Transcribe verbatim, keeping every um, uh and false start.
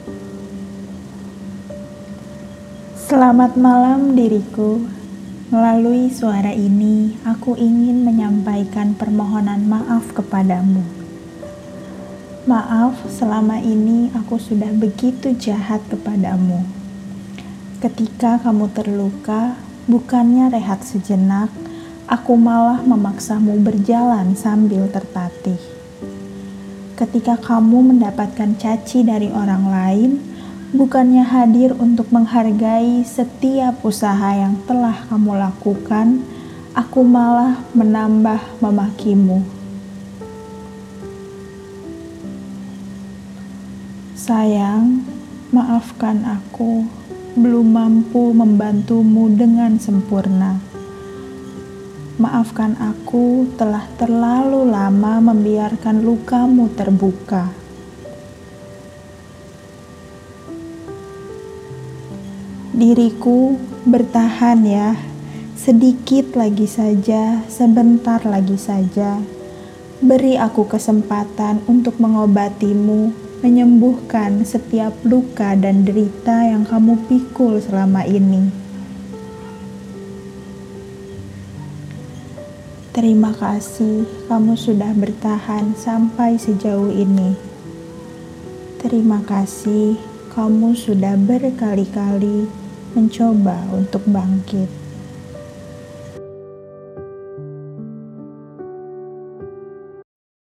Selamat malam diriku. Melalui suara ini, aku ingin menyampaikan permohonan maaf kepadamu. Maaf, selama ini aku sudah begitu jahat kepadamu. Ketika kamu terluka, bukannya rehat sejenak, aku malah memaksamu berjalan sambil tertatih. Ketika kamu mendapatkan caci dari orang lain, bukannya hadir untuk menghargai setiap usaha yang telah kamu lakukan, aku malah menambah memakimu. Sayang, maafkan aku, belum mampu membantumu dengan sempurna. Maafkan aku telah terlalu lama membiarkan lukamu terbuka. Diriku, bertahan ya, sedikit lagi saja, sebentar lagi saja. Beri aku kesempatan untuk mengobatimu, menyembuhkan setiap luka dan derita yang kamu pikul selama ini. Terima kasih kamu sudah bertahan sampai sejauh ini. Terima kasih kamu sudah berkali-kali mencoba untuk bangkit.